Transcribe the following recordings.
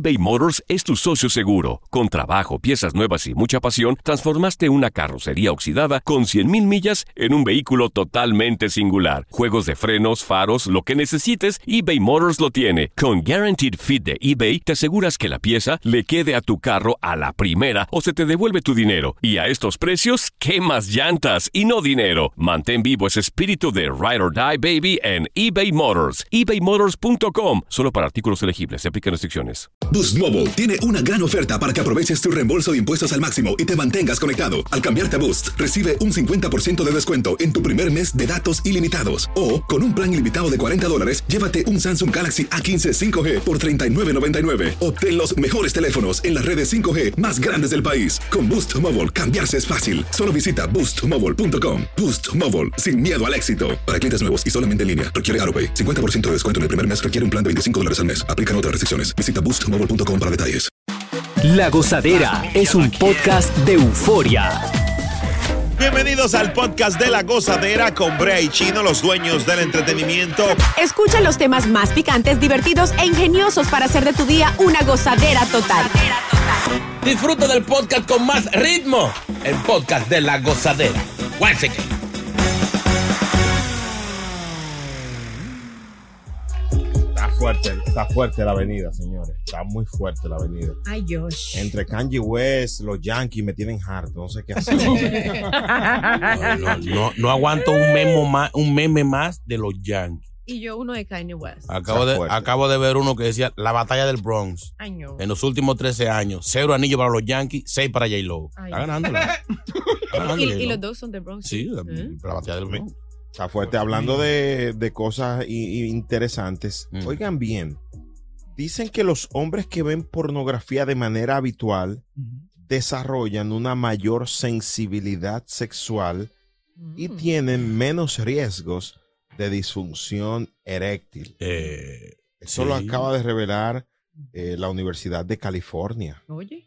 eBay Motors es tu socio seguro. Con trabajo, piezas nuevas y mucha pasión, transformaste una carrocería oxidada con 100,000 millas en un vehículo totalmente singular. Juegos de frenos, faros, lo que necesites, eBay Motors lo tiene. Con Guaranteed Fit de eBay, te aseguras que la pieza le quede a tu carro a la primera o se te devuelve tu dinero. Y a estos precios, ¿qué más llantas y no dinero? Mantén vivo ese espíritu de Ride or Die, baby, en eBay Motors. ebaymotors.com. Solo para artículos elegibles. Se aplican restricciones. Boost Mobile tiene una gran oferta para que aproveches tu reembolso de impuestos al máximo y te mantengas conectado. Al cambiarte a Boost, recibe un 50% de descuento en tu primer mes de datos ilimitados. O, con un plan ilimitado de $40, llévate un Samsung Galaxy A15 5G por $39.99. Obtén los mejores teléfonos en las redes 5G más grandes del país. Con Boost Mobile, cambiarse es fácil. Solo visita boostmobile.com. Boost Mobile, sin miedo al éxito. Para clientes nuevos y solamente en línea, requiere AutoPay. 50% de descuento en el primer mes requiere un plan de $25 al mes. Aplican otras restricciones. Visita boostmobile.com para detalles. La Gozadera es un podcast de euforia. Bienvenidos al podcast de La Gozadera con Brea y Chino, los dueños del entretenimiento. Escucha los temas más picantes, divertidos e ingeniosos para hacer de tu día una gozadera total. Disfruta del podcast con más ritmo, el podcast de La Gozadera. Está fuerte la avenida, señores. Está muy fuerte la avenida. Ay, Josh. Entre Kanye West, los Yankees me tienen harto. No sé qué hacer. No aguanto un meme más de los Yankees. Y yo uno de Kanye West. Acabo de ver uno que decía la batalla del Bronx. Ay, no. En los últimos 13 años, 0 anillos para los Yankees, 6 para J-Lo. Está ganándola. Y los dos son de Bronx. Sí, la batalla del Bronx. Está fuerte. Hablando de cosas interesantes. Oigan bien. Dicen que los hombres que ven pornografía de manera habitual desarrollan una mayor sensibilidad sexual y tienen menos riesgos de disfunción eréctil. Eso lo acaba de revelar la Universidad de California. Oye.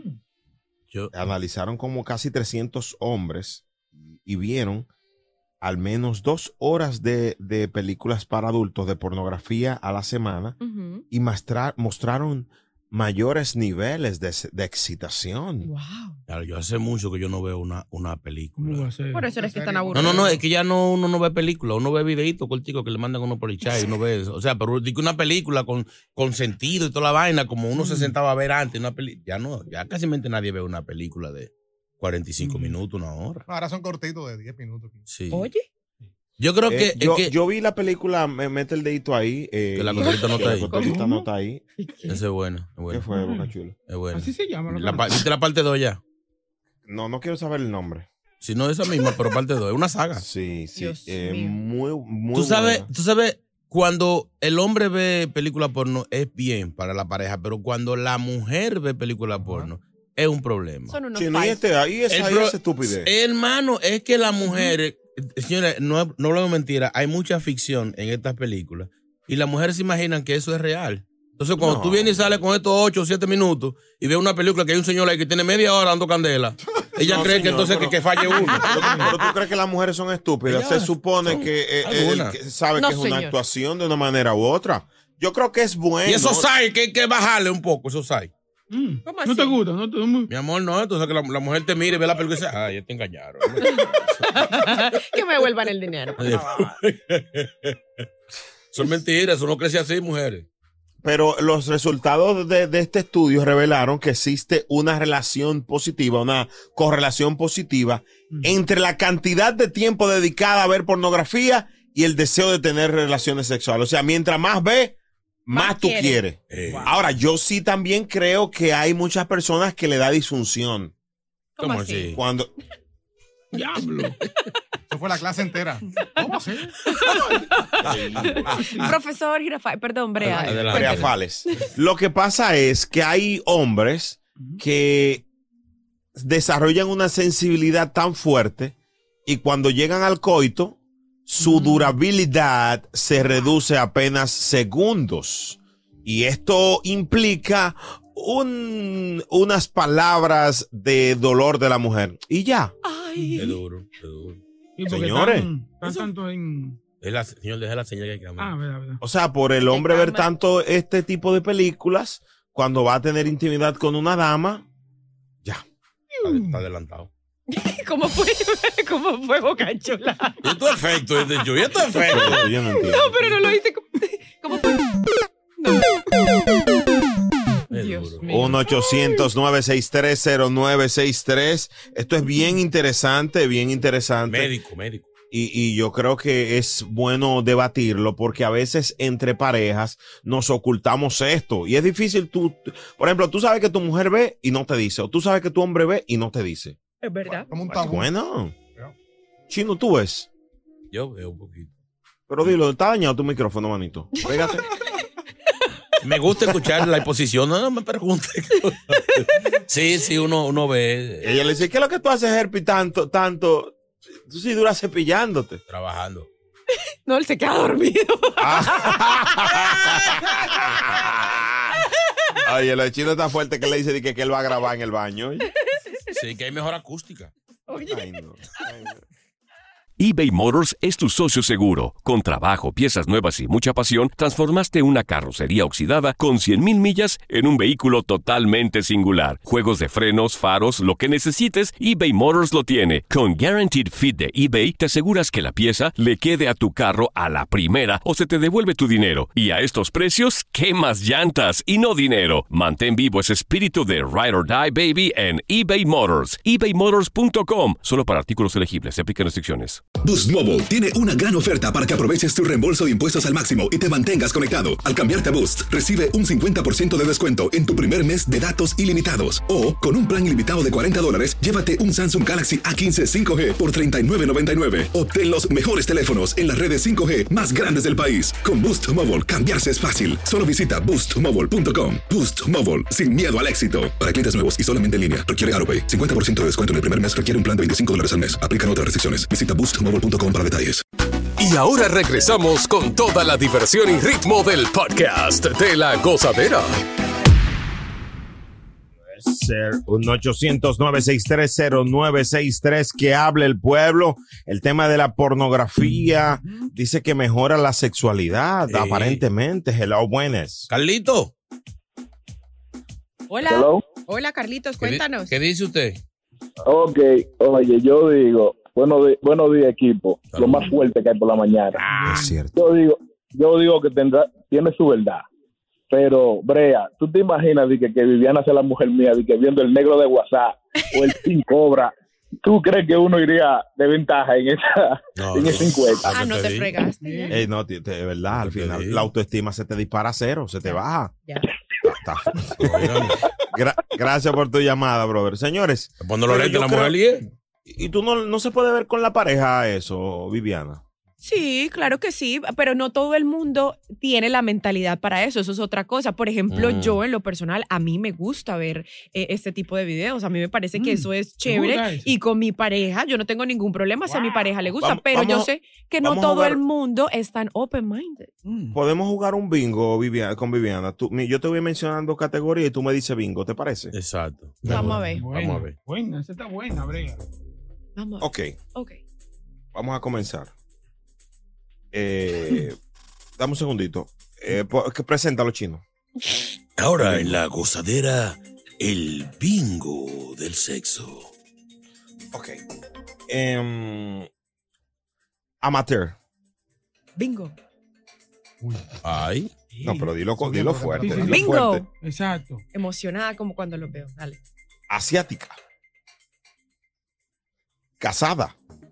Analizaron como casi 300 hombres y vieron al menos 2 horas de películas para adultos de pornografía a la semana y mostraron mayores niveles de excitación. Wow. Claro, yo hace mucho que yo no veo una película. Por eso es que están aburridos. No, es que ya uno no ve película, uno ve videitos corticos que le mandan a uno por el chat y uno ve eso. O sea, pero una película con sentido y toda la vaina, como uno se sentaba a ver antes, ya casi nadie ve una película de 45 minutos, una hora. Ahora son cortitos de 10 minutos. Sí. Oye. Yo creo que yo vi la película, mete el dedito ahí. Que la controlita no está ahí. La controlita no está ahí. Ese es bueno. ¿Qué fue, Boca Chula? Es bueno. Así se llama. ¿Viste la parte 2 ya? No quiero saber el nombre. Si no esa misma, pero parte 2. Es una saga. Sí. Muy ¿Tú sabes, cuando el hombre ve película porno es bien para la pareja, pero cuando la mujer ve película porno es un problema. Son unos ahí es estupidez. Hermano, es que las mujeres, señores, no hablamos mentira, hay mucha ficción en estas películas y las mujeres se imaginan que eso es real. Entonces, cuando tú vienes y sales con estos 8 o 7 minutos y ves una película que hay un señor ahí que tiene media hora dando candela, ella cree que entonces que falle uno. Pero tú crees que las mujeres son estúpidas. Se supone que sabe que es una actuación de una manera u otra. Yo creo que es bueno. Y eso sabe que hay que bajarle un poco, eso sabe. ¿Cómo así? ¿No te gusta? Mi amor, no. Entonces que la mujer te mire y ve la película y dice, ya te engañaron. Que me vuelvan el dinero. Son mentiras, eso no crece así, mujeres. Pero los resultados de este estudio revelaron que existe una relación positiva, una correlación positiva entre la cantidad de tiempo dedicada a ver pornografía y el deseo de tener relaciones sexuales. O sea, mientras más ves, más tú quieres. Wow. Ahora, yo sí también creo que hay muchas personas que le da disfunción. ¿Cómo así? Cuando... Diablo. Eso fue la clase entera. ¿Cómo así? Profesor Girafales, perdón, Brea Fales. Lo que pasa es que hay hombres que desarrollan una sensibilidad tan fuerte y cuando llegan al coito, su durabilidad se reduce a apenas segundos. Y esto implica unas palabras de dolor de la mujer. Y ya. Ay. Es duro. Señores. Están tanto en... Señor, deja la señal que hay que verdad. O sea, por el hombre ver tanto este tipo de películas, cuando va a tener intimidad con una dama, ya. Está adelantado. ¿Cómo fue Boca Chula? Y esto es efecto, yo. Y esto es efecto. Yo no entiendo. No, pero no lo hice. ¿Cómo fue? No. Dios mío. 1-800-963-0963. Esto es bien interesante, bien interesante. Médico. Y yo creo que es bueno debatirlo porque a veces entre parejas nos ocultamos esto. Y es difícil por ejemplo, tú sabes que tu mujer ve y no te dice. O tú sabes que tu hombre ve y no te dice. Es verdad. Bueno. Chino, ¿tú ves? Yo veo un poquito. Pero dilo, está dañado tu micrófono, manito. Pégate. Me gusta escuchar la exposición. No me pregunte. Sí, uno ve. Ella le dice, ¿qué es lo que tú haces, Herpi, tanto? Tú sí duras cepillándote. Trabajando. No, él se queda dormido. Oye, lo de Chino está fuerte que le dice que él va a grabar en el baño. Oye. Sí, que hay mejor acústica. Ay, no. eBay Motors es tu socio seguro. Con trabajo, piezas nuevas y mucha pasión, transformaste una carrocería oxidada con 100,000 millas en un vehículo totalmente singular. Juegos de frenos, faros, lo que necesites, eBay Motors lo tiene. Con Guaranteed Fit de eBay, te aseguras que la pieza le quede a tu carro a la primera o se te devuelve tu dinero. Y a estos precios, ¿qué más llantas y no dinero? Mantén vivo ese espíritu de Ride or Die, baby, en eBay Motors. ebaymotors.com. Solo para artículos elegibles. Se aplican restricciones. Boost Mobile tiene una gran oferta para que aproveches tu reembolso de impuestos al máximo y te mantengas conectado. Al cambiarte a Boost, recibe un 50% de descuento en tu primer mes de datos ilimitados. O, con un plan ilimitado de $40, llévate un Samsung Galaxy A15 5G por $39.99. Obtén los mejores teléfonos en las redes 5G más grandes del país. Con Boost Mobile, cambiarse es fácil. Solo visita boostmobile.com. Boost Mobile, sin miedo al éxito. Para clientes nuevos y solamente en línea, requiere AroPay. 50% de descuento en el primer mes requiere un plan de $25 al mes. Aplican otras restricciones. Visita boostmobile.com para detalles. Y ahora regresamos con toda la diversión y ritmo del podcast de La Gozadera. Ser un 800-963-0963 que hable el pueblo. El tema de la pornografía dice que mejora la sexualidad, aparentemente. Hello, buenas. Carlito. Hola. Hello. Hola, Carlitos, cuéntanos. ¿Qué dice usted? Ok, oye, yo digo, buenos días, equipo. Lo más fuerte que hay por la mañana. Es cierto. Yo digo que tiene su verdad. Pero, Brea, ¿tú te imaginas que Viviana sea la mujer mía, que viendo el negro de WhatsApp o el Team Cobra? ¿Tú crees que uno iría de ventaja en ese encuesta? No te fregaste. No, de verdad, al final la autoestima se te dispara a cero, se te baja. Ya. Gracias por tu llamada, brother. Señores, cuando lo lee la mujer y tú no se puede ver con la pareja eso, Viviana. Sí, claro que sí, pero no todo el mundo tiene la mentalidad para eso. Eso es otra cosa. Por ejemplo, yo en lo personal, a mí me gusta ver este tipo de videos. A mí me parece que eso es chévere. Y con mi pareja, yo no tengo ningún problema si a mi pareja le gusta. Pero yo sé que no todo el mundo es tan open-minded. Podemos jugar un bingo con Viviana. Yo te voy mencionando categorías y tú me dices bingo, ¿te parece? Exacto. Vamos a ver. Vamos a ver. Buena, esa está buena, Brea. Vamos a ver. Ok. Vamos a comenzar. Dame un segundito. Preséntalo, Chino. Ahora en La Gozadera, el bingo del sexo. Ok. Amateur. Bingo. Ay. No, pero dilo fuerte. Dilo Bingo. fuerte. Exacto. Emocionada como cuando lo veo. Dale. Asiática. Casada.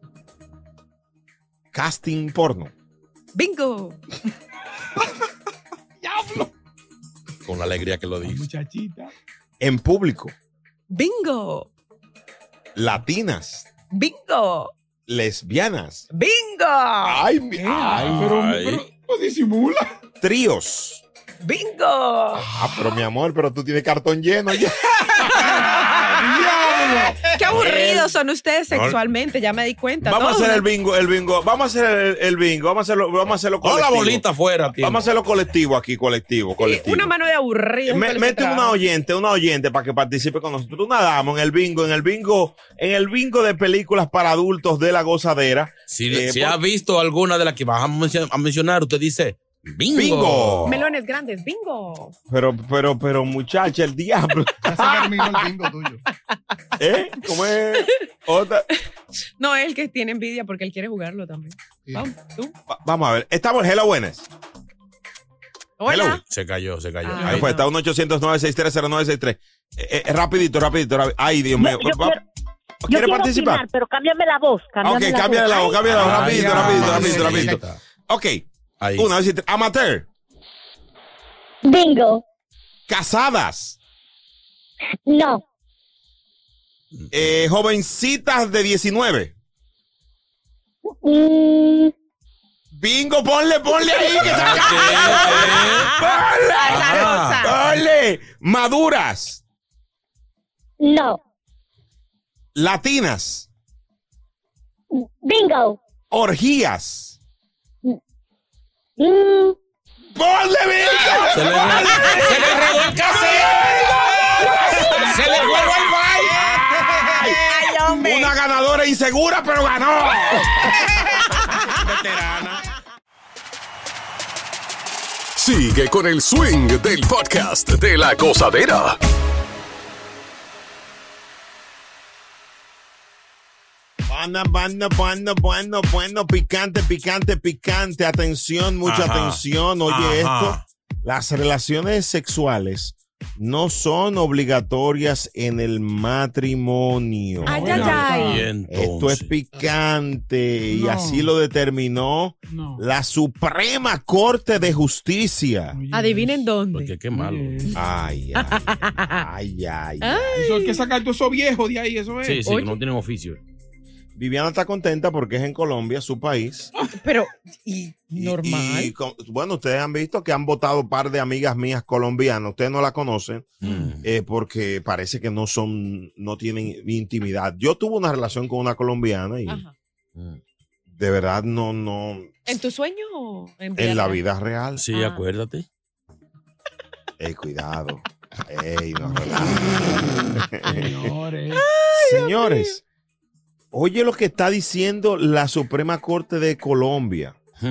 Casting porno. Bingo. ¡Diablo! Con la alegría que lo dice. Muchachita. En público. Bingo. Latinas. Bingo. Lesbianas. Bingo. Ay, Pero disimula. Tríos. Bingo. Pero mi amor, pero tú tienes cartón lleno ya. Qué aburridos son ustedes sexualmente, ya me di cuenta. Vamos a hacer el bingo. Vamos a hacer el bingo. Vamos a hacerlo colectivo. Con la bolita afuera. Vamos a hacerlo colectivo aquí, colectivo. Una mano de aburrido. Mete una oyente para que participe con nosotros. Una dama en el bingo de películas para adultos de La Gozadera. Si has visto alguna de las que vamos a mencionar, usted dice, Bingo. Melones grandes, bingo. Pero, muchacha, el diablo. Ya se terminó el bingo tuyo. ¿Cómo es? Otra. No, es el que tiene envidia porque él quiere jugarlo también. Sí. Vamos, tú. Vamos a ver. Estamos en Hello, buenas. Hola. Hello. Se cayó. Ahí fue, está 1-800-963-0963. Rapidito. Ay, Dios mío. ¿Quiere participar? Opinar, pero cámbiame la voz. Cámbiame la voz. Rapidito. Ok. Ahí. 1, 2, 3. Amateur. Bingo. Casadas. No. Jovencitas de 19. Bingo, ponle ahí que se ponle. Maduras. No. Latinas. Bingo. Orgías. Mm. ¡Ponle bingo! Se le regó el cassette. Se le fue el wifi. Ay, hombre. Una ganadora insegura, pero ganó. Veterana. Sigue con el swing del podcast de La Gozadera. Bueno, picante. Atención, mucha atención. Oye, esto, las relaciones sexuales no son obligatorias en el matrimonio. Ay. Esto es picante y así lo determinó la Suprema Corte de Justicia. Adivinen dónde. Porque qué malo. Ay. Eso hay que sacar todo eso viejo de ahí, eso es. Sí, que no tienen oficio. Viviana está contenta porque es en Colombia, su país. Pero, normal. Bueno, ustedes han visto que han votado un par de amigas mías colombianas. Ustedes no la conocen porque parece que no tienen intimidad. Yo tuve una relación con una colombiana y de verdad no. ¿En tu sueño o en la vida real? Sí, acuérdate. Cuidado. No Señores. Oye lo que está diciendo la Suprema Corte de Colombia.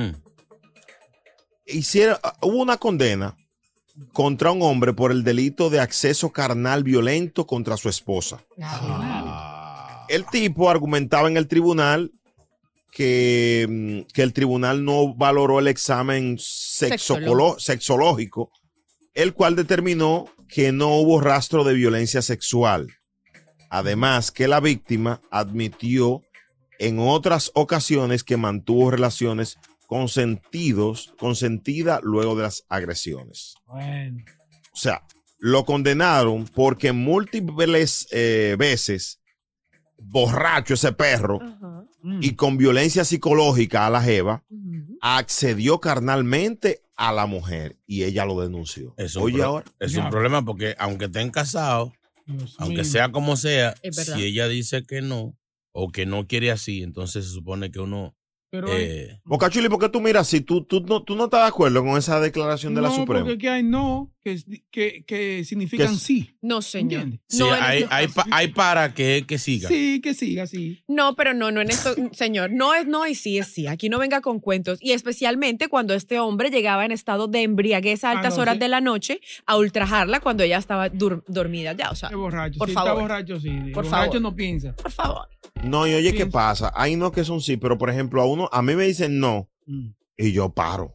Hubo una condena contra un hombre por el delito de acceso carnal violento contra su esposa. El tipo argumentaba en el tribunal que el tribunal no valoró el examen sexológico, el cual determinó que no hubo rastro de violencia sexual. Además, que la víctima admitió en otras ocasiones que mantuvo relaciones consentida luego de las agresiones. Bueno. O sea, lo condenaron porque múltiples veces, borracho ese perro, y con violencia psicológica a la jeva, accedió carnalmente a la mujer y ella lo denunció. Es un problema porque aunque estén casados, aunque sea como sea, si ella dice que no o que no quiere así, entonces se supone que uno... Bocachuli, ¿por qué tú miras así? ¿Tú no estás de acuerdo con esa declaración de la Suprema? No, porque que hay no, que significan sí. No, señor. Sí, hay para que siga. Sí, que siga, sí. No, pero no en esto, señor. No es no y sí es sí. Aquí no venga con cuentos. Y especialmente cuando este hombre llegaba en estado de embriaguez a altas horas de la noche a ultrajarla cuando ella estaba dormida ya. O sea, qué borracho. Por si favor. Está borracho, sí. Por borracho favor. no piensa. Por favor. No, y oye, ¿qué pasa? Hay no que son sí, pero por ejemplo, a mí me dicen no y yo paro.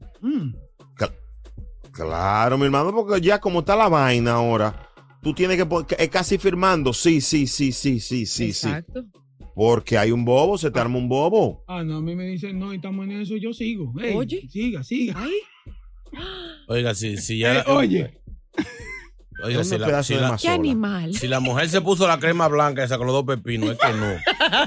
Claro, mi hermano, porque ya como está la vaina ahora, tú tienes que casi firmando sí. Exacto. Porque hay un bobo, se te arma un bobo. No, a mí me dicen no y estamos en eso y yo sigo. Hey, oye. Siga. Ay. Oiga, si ya... Oye. Oiga, ¿Qué animal? Si la mujer se puso la crema blanca esa con los 2 pepinos, es que no.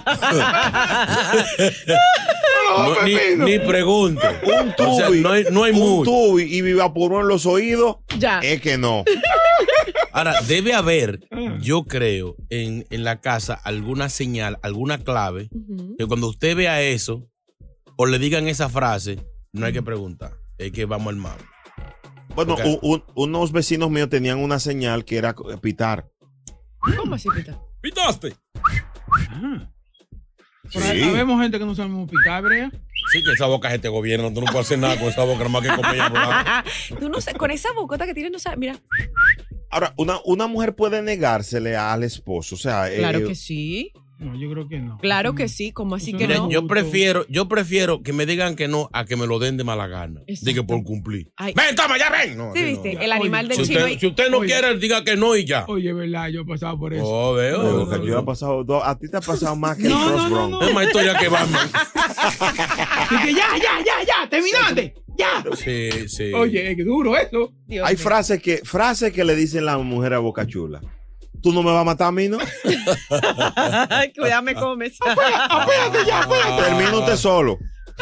Ni pregunte. Un tubi, no hay mucho. Un tubi y vivaporó en los oídos, ya. Es que no. Ahora, debe haber, yo creo, en la casa alguna señal, alguna clave, que cuando usted vea eso o le digan esa frase, no hay que preguntar, es que vamos al mambo. Bueno, unos vecinos míos tenían una señal que era pitar. ¿Cómo así pitar? ¡Pitaste! Sabemos gente que no sabemos picar, Brea. Sí, que esa boca se te gobierna. Tú no puedes hacer nada con esa boca, nada más que comer y hablar. Tú no sé, con esa bocota que tienes, no sabes. Mira. Ahora, una mujer puede negársele al esposo, o sea... Claro que sí. No, yo creo que no. Claro que sí, como así que Mira, no. yo prefiero que me digan que no a que me lo den de mala gana. Diga por cumplir. Ay. ¡Ven, toma, ya ven! No, Sí, viste, no. el animal del Si chino. usted no quiere, diga que no y ya. Oye, verdad, yo he pasado por eso. Oh, veo. Yo he pasado a ti te ha pasado más que el Cross Brown. Es más historia que Batman. Dije, ya, terminaste. Ya. Sí. Oye, qué duro eso. Hay frases que le dicen la mujer a Boca Chula. Tú no me vas a matar a mí, ¿no? Cuidado, me comes. Apéate ya. Termina usted solo.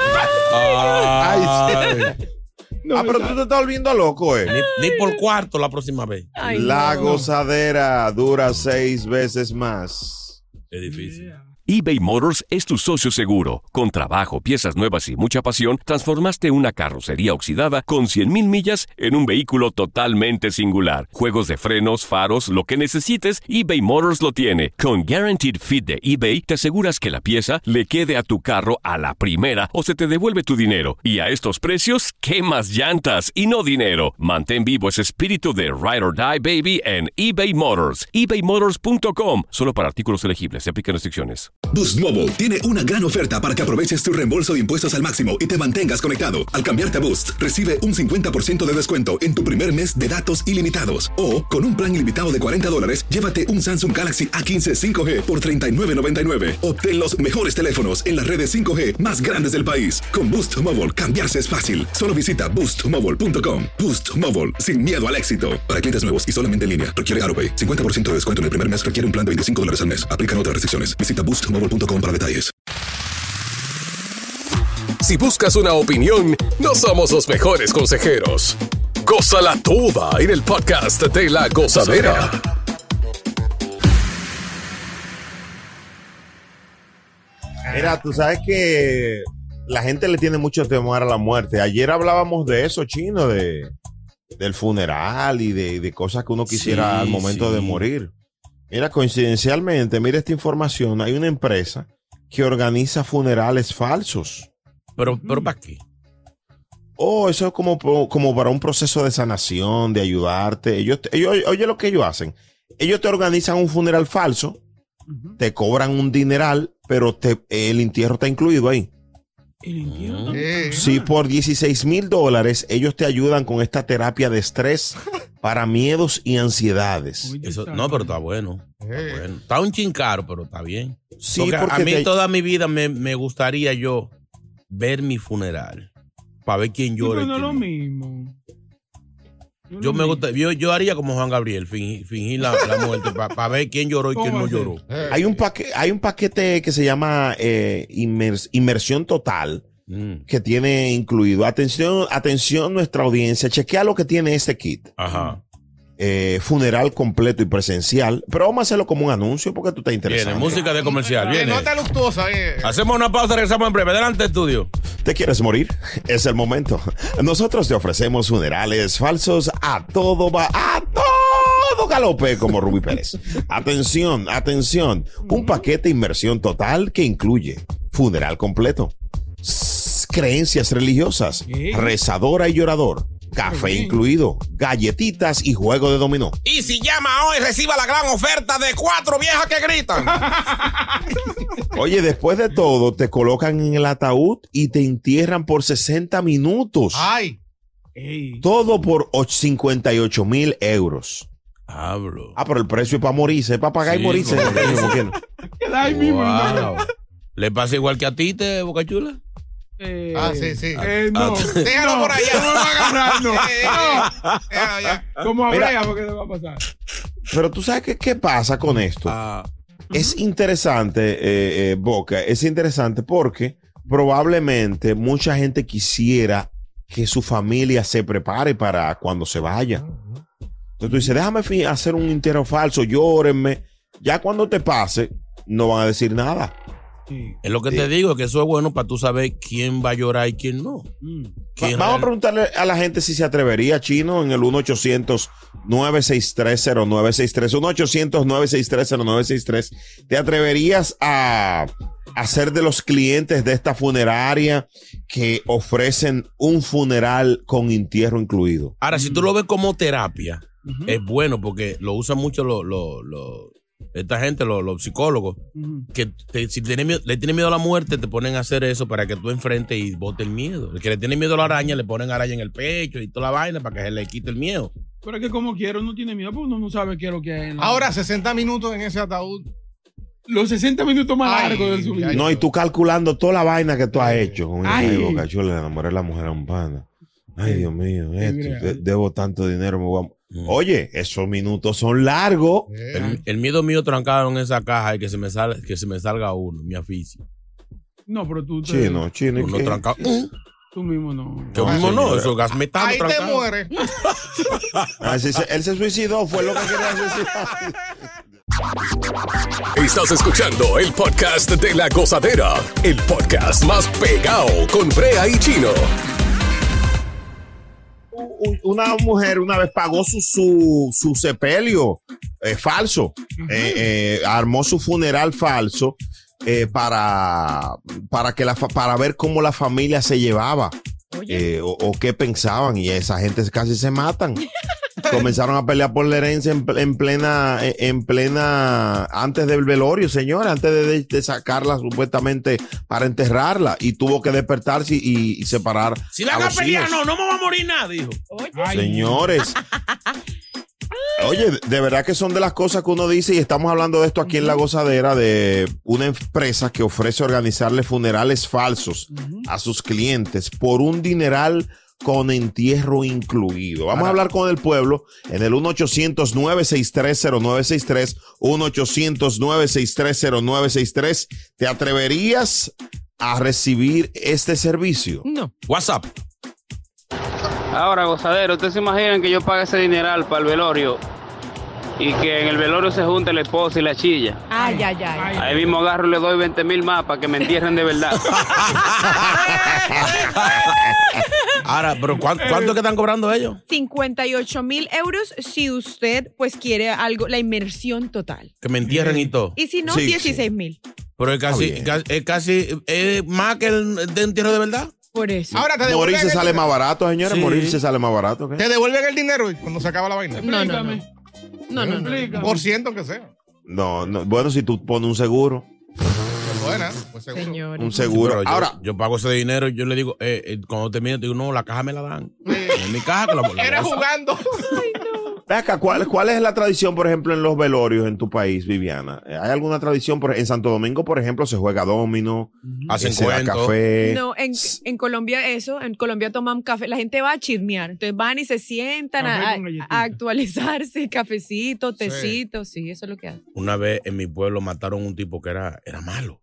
Ay, sí. Pero tú te estás volviendo loco, Ni por cuarto la próxima vez. Ay, la no. gozadera dura 6 veces más. Es difícil. eBay Motors es tu socio seguro. Con trabajo, piezas nuevas y mucha pasión, transformaste una carrocería oxidada con 100,000 millas en un vehículo totalmente singular. Juegos de frenos, faros, lo que necesites, eBay Motors lo tiene. Con Guaranteed Fit de eBay, te aseguras que la pieza le quede a tu carro a la primera o se te devuelve tu dinero. Y a estos precios, ¿quemas llantas y no dinero? Mantén vivo ese espíritu de Ride or Die, baby, en eBay Motors. ebaymotors.com. Solo para artículos elegibles. Se aplican restricciones. Boost Mobile tiene una gran oferta para que aproveches tu reembolso de impuestos al máximo y te mantengas conectado. Al cambiarte a Boost, recibe un 50% de descuento en tu primer mes de datos ilimitados. O, con un plan ilimitado de $40, llévate un Samsung Galaxy A15 5G por $39.99. Obtén los mejores teléfonos en las redes 5G más grandes del país. Con Boost Mobile, cambiarse es fácil. Solo visita boostmobile.com. Boost Mobile, sin miedo al éxito. Para clientes nuevos y solamente en línea, requiere AroPay. 50% de descuento en el primer mes requiere un plan de $25 al mes. Aplican otras restricciones. Visita boostmobile.com para detalles. Si buscas una opinión, no somos los mejores consejeros. Gózala toda en el podcast de La Gozadera. Mira, tú sabes que la gente le tiene mucho temor a la muerte. Ayer hablábamos de eso, Chino, del funeral y de cosas que uno quisiera al momento de morir. Mira, coincidencialmente, mira esta información. Hay una empresa que organiza funerales falsos. ¿Pero para qué? Oh, eso es como para un proceso de sanación, de ayudarte. Ellos, oye lo que ellos hacen. Ellos te organizan un funeral falso, te cobran un dineral, pero el entierro está incluido ahí. ¿El entierro? Sí, por $16,000 ellos te ayudan con esta terapia de estrés para miedos y ansiedades. No, pero está bueno. Está un chin caro, pero está bien. Sí, porque a mí te... toda mi vida me gustaría yo ver mi funeral para ver quién llora. Sí, pero no es lo mismo. Yo haría como Juan Gabriel, fingir la muerte para ver quién lloró y quién no lloró. Hay un paquete que se llama Inmersión Total, que tiene incluido, atención nuestra audiencia, chequea lo que tiene este kit. Ajá. Funeral completo y presencial, pero vamos a hacerlo como un anuncio porque tú estás interesado. Viene, música de comercial, viene. Nota luctuosa, Hacemos una pausa, regresamos en breve. Adelante, estudio. ¿Te quieres morir? Es el momento. Nosotros te ofrecemos funerales falsos a todo galope, como Rubí Pérez. Atención. Un paquete inmersión total que incluye funeral completo, creencias religiosas, rezadora y llorador, café incluido, galletitas y juego de dominó. Y si llama hoy, reciba la gran oferta de 4 viejas que gritan. Oye, después de todo, te colocan en el ataúd y te entierran por 60 minutos. ¡Ay! Todo por 58,000 euros. Hablo. Pero el precio es para morirse, es para pagar y morirse. Wow. ¿Le pasa igual que a ti, Boca Chula? Sí. No. Déjalo por allá. No lo va a agarrar, no. Como a Brea, porque le va a pasar. Pero tú sabes qué pasa con esto. Es interesante, Boca, es interesante porque probablemente mucha gente quisiera que su familia se prepare para cuando se vaya. Entonces tú dices, déjame hacer un entierro falso, llórenme. Ya cuando te pase, no van a decir nada. Es lo que te digo, que eso es bueno para tú saber quién va a llorar y quién no. Vamos a preguntarle a la gente si se atrevería, Chino, en el 1-800-963-0963. 1-800-963-0963. ¿Te atreverías a ser de los clientes de esta funeraria que ofrecen un funeral con entierro incluido. Ahora, si tú lo ves como terapia, es bueno porque lo usan mucho esta gente, los psicólogos, que si le tiene miedo a la muerte, te ponen a hacer eso para que tú enfrentes y bote el miedo. El que le tiene miedo a la araña, le ponen araña en el pecho y toda la vaina para que se le quite el miedo. Pero es que como quiero, no tiene miedo, porque uno no sabe qué es lo que hay. Ahora, 60 minutos en ese ataúd. Los 60 minutos más largos de su vida. No, y tú calculando toda la vaina que tú has hecho. Ay, Boca Chula, le enamoré a la mujer a un pana. Ay, Dios mío, debo tanto dinero, me voy a... Oye, esos minutos son largos. El miedo mío trancado en esa caja y que se me salga uno, mi aficio. No, pero tú Chino. Uno trancado. Tú mismo no. Yo mismo no, eso gas metano ahí trancado. te mueres. Él se suicidó, fue lo que quería suicidar. Estás escuchando el podcast de La Gozadera, el podcast más pegado con Brea y Chino. Una mujer una vez pagó su sepelio falso, armó su funeral falso para ver cómo la familia se llevaba o qué pensaban, y esa gente casi se matan. Comenzaron a pelear por la herencia en plena antes del velorio, señora, antes de sacarla supuestamente para enterrarla, y tuvo que despertarse y separar. Si la haga pelear, no me va a morir nada, dijo. Señores. Oye, de verdad que son de las cosas que uno dice, y estamos hablando de esto aquí en La Gozadera, de una empresa que ofrece organizarle funerales falsos a sus clientes por un dineral con entierro incluido. Vamos a hablar con el pueblo en el 1-800-963-0963, 1-800-963-0963. ¿Te atreverías a recibir este servicio? No. WhatsApp. Ahora, gozadero, ¿ustedes se imaginan que yo pague ese dineral para el velorio y que en el velorio se junte la esposa y la chilla? Ay. Ahí mismo agarro y le doy 20,000 más para que me entierren de verdad. Ahora, pero ¿cuánto que están cobrando ellos? 58,000 euros si usted pues quiere algo, la inmersión total. Que me entierren y todo. Y si no, Sí, 16,000. Pero es casi más que el de entierro de verdad. Por eso. Ahora te Morirse sale más barato, señores. Sí. Morirse sale más barato. ¿Qué? Te devuelven el dinero cuando se acaba la vaina. No. Por ciento que sea. No. Bueno, si tú pones un seguro. Buena, pues seguro. Señores. Un seguro. Pero Ahora, yo pago ese dinero y yo le digo, cuando termine, te digo, no, la caja me la dan. En mi caja que la Era jugando. ve acá, ¿cuál es la tradición, por ejemplo, en los velorios en tu país, Viviana? ¿Hay alguna tradición? En Santo Domingo, por ejemplo, se juega domino, hacen se da cuentos. café. No, en Colombia en Colombia toman café, la gente va a chismear, entonces van y se sientan a actualizarse, cafecito, tecito, sí, eso es lo que hacen. Una vez en mi pueblo mataron a un tipo que era malo.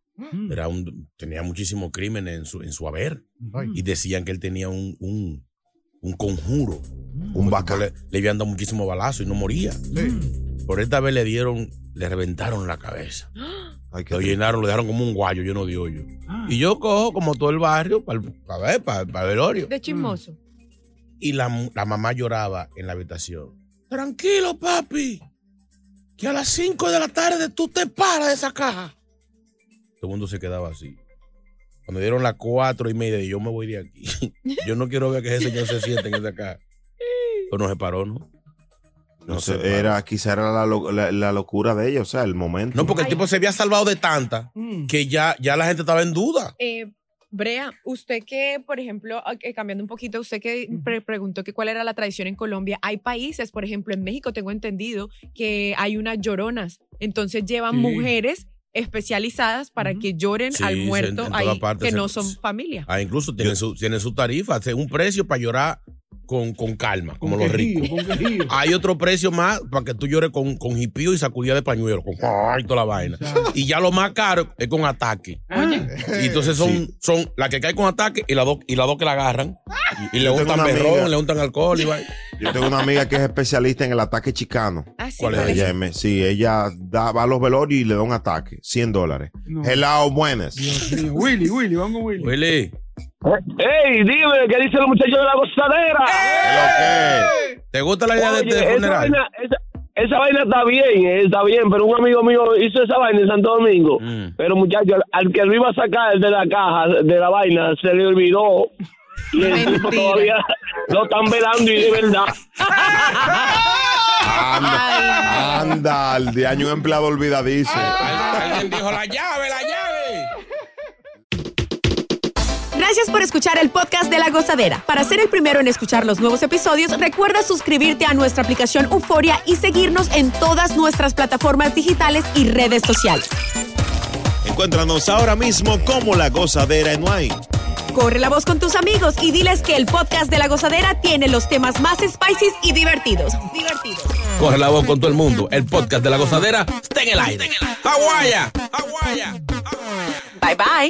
Tenía muchísimos crímenes en su haber. Y decían que él tenía un conjuro. Un vaca. Le habían dado muchísimos balazos y no moría. Por esta vez le reventaron la cabeza. Lo llenaron, lo dejaron como un guayo lleno de hoyo. Y yo cojo como todo el barrio para el velorio. De chismoso. Y la mamá lloraba en la habitación. Tranquilo, papi, que a las 5 de la tarde tú te paras de esa caja. Todo el mundo se quedaba así. Cuando dieron las 4:30, yo me voy de aquí. Yo no quiero ver que ese señor se siente en esa caja. Pero no se paró, ¿no? No sé, quizá era la locura de ella, o sea, el momento. No, porque el tipo se había salvado de tanta que ya la gente estaba en duda. Brea, usted que, por ejemplo, cambiando un poquito, usted que preguntó que cuál era la tradición en Colombia, hay países, por ejemplo, en México tengo entendido que hay unas lloronas, entonces llevan mujeres especializadas para que lloren al muerto ahí, que no son familia. Incluso tienen su tarifa, un precio para llorar con calma, como los ricos. Hay otro precio más para que tú llores con hipío y sacudida de pañuelo, con toda la vaina. Y ya lo más caro es con ataque. Y entonces son las que caen con ataque y las dos que la agarran. Y le untan berrón, le untan alcohol y vaina. Yo tengo una amiga que es especialista en el ataque chicano. ¿Cuál es ella? Ella va a los velorios y le da un ataque, $100. No. Hello, buenas. Willy, vamos con Willy. Willy. ¡Ey, dime! ¿Qué dicen los muchachos de La Gozadera? ¿Te gusta la idea de este funeral? esa vaina está bien, pero un amigo mío hizo esa vaina en Santo Domingo. Pero muchacho, al que lo iba a sacar de la caja, de la vaina, se le olvidó. Y el tipo todavía lo están velando y de verdad. Anda, al de año un empleado olvidadizo. Alguien dijo la llave. Gracias por escuchar el podcast de La Gozadera. Para ser el primero en escuchar los nuevos episodios, recuerda suscribirte a nuestra aplicación Euforia y seguirnos en todas nuestras plataformas digitales y redes sociales. Encuéntranos ahora mismo como La Gozadera en Wine. Corre la voz con tus amigos y diles que el podcast de La Gozadera tiene los temas más spicy y divertidos. Corre la voz con todo el mundo. El podcast de La Gozadera está en el aire. ¡Aguaya! Bye, bye.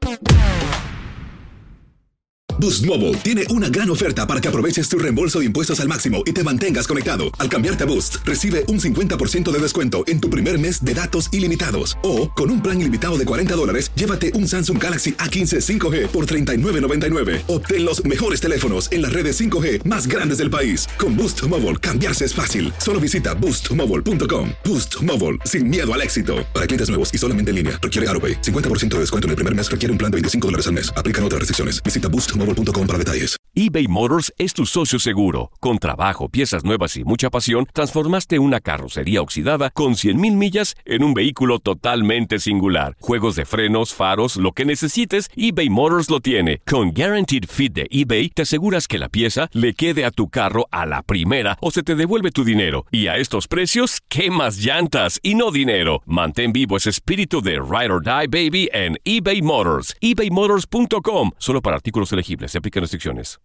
Boost Mobile tiene una gran oferta para que aproveches tu reembolso de impuestos al máximo y te mantengas conectado. Al cambiarte a Boost, recibe un 50% de descuento en tu primer mes de datos ilimitados. O, con un plan ilimitado de $40, llévate un Samsung Galaxy A15 5G por $39.99. Obtén los mejores teléfonos en las redes 5G más grandes del país. Con Boost Mobile, cambiarse es fácil. Solo visita boostmobile.com. Boost Mobile, sin miedo al éxito. Para clientes nuevos y solamente en línea, requiere AutoPay. 50% de descuento en el primer mes requiere un plan de $25 al mes. Aplican otras restricciones. Visita boostmobile.com para detalles. eBay Motors es tu socio seguro. Con trabajo, piezas nuevas y mucha pasión, transformaste una carrocería oxidada con 100,000 millas en un vehículo totalmente singular. Juegos de frenos, faros, lo que necesites, eBay Motors lo tiene. Con Guaranteed Fit de eBay, te aseguras que la pieza le quede a tu carro a la primera o se te devuelve tu dinero. Y a estos precios, quemas llantas y no dinero. Mantén vivo ese espíritu de Ride or Die, baby, en eBay Motors. ebaymotors.com. Solo para artículos elegibles. Se aplican restricciones.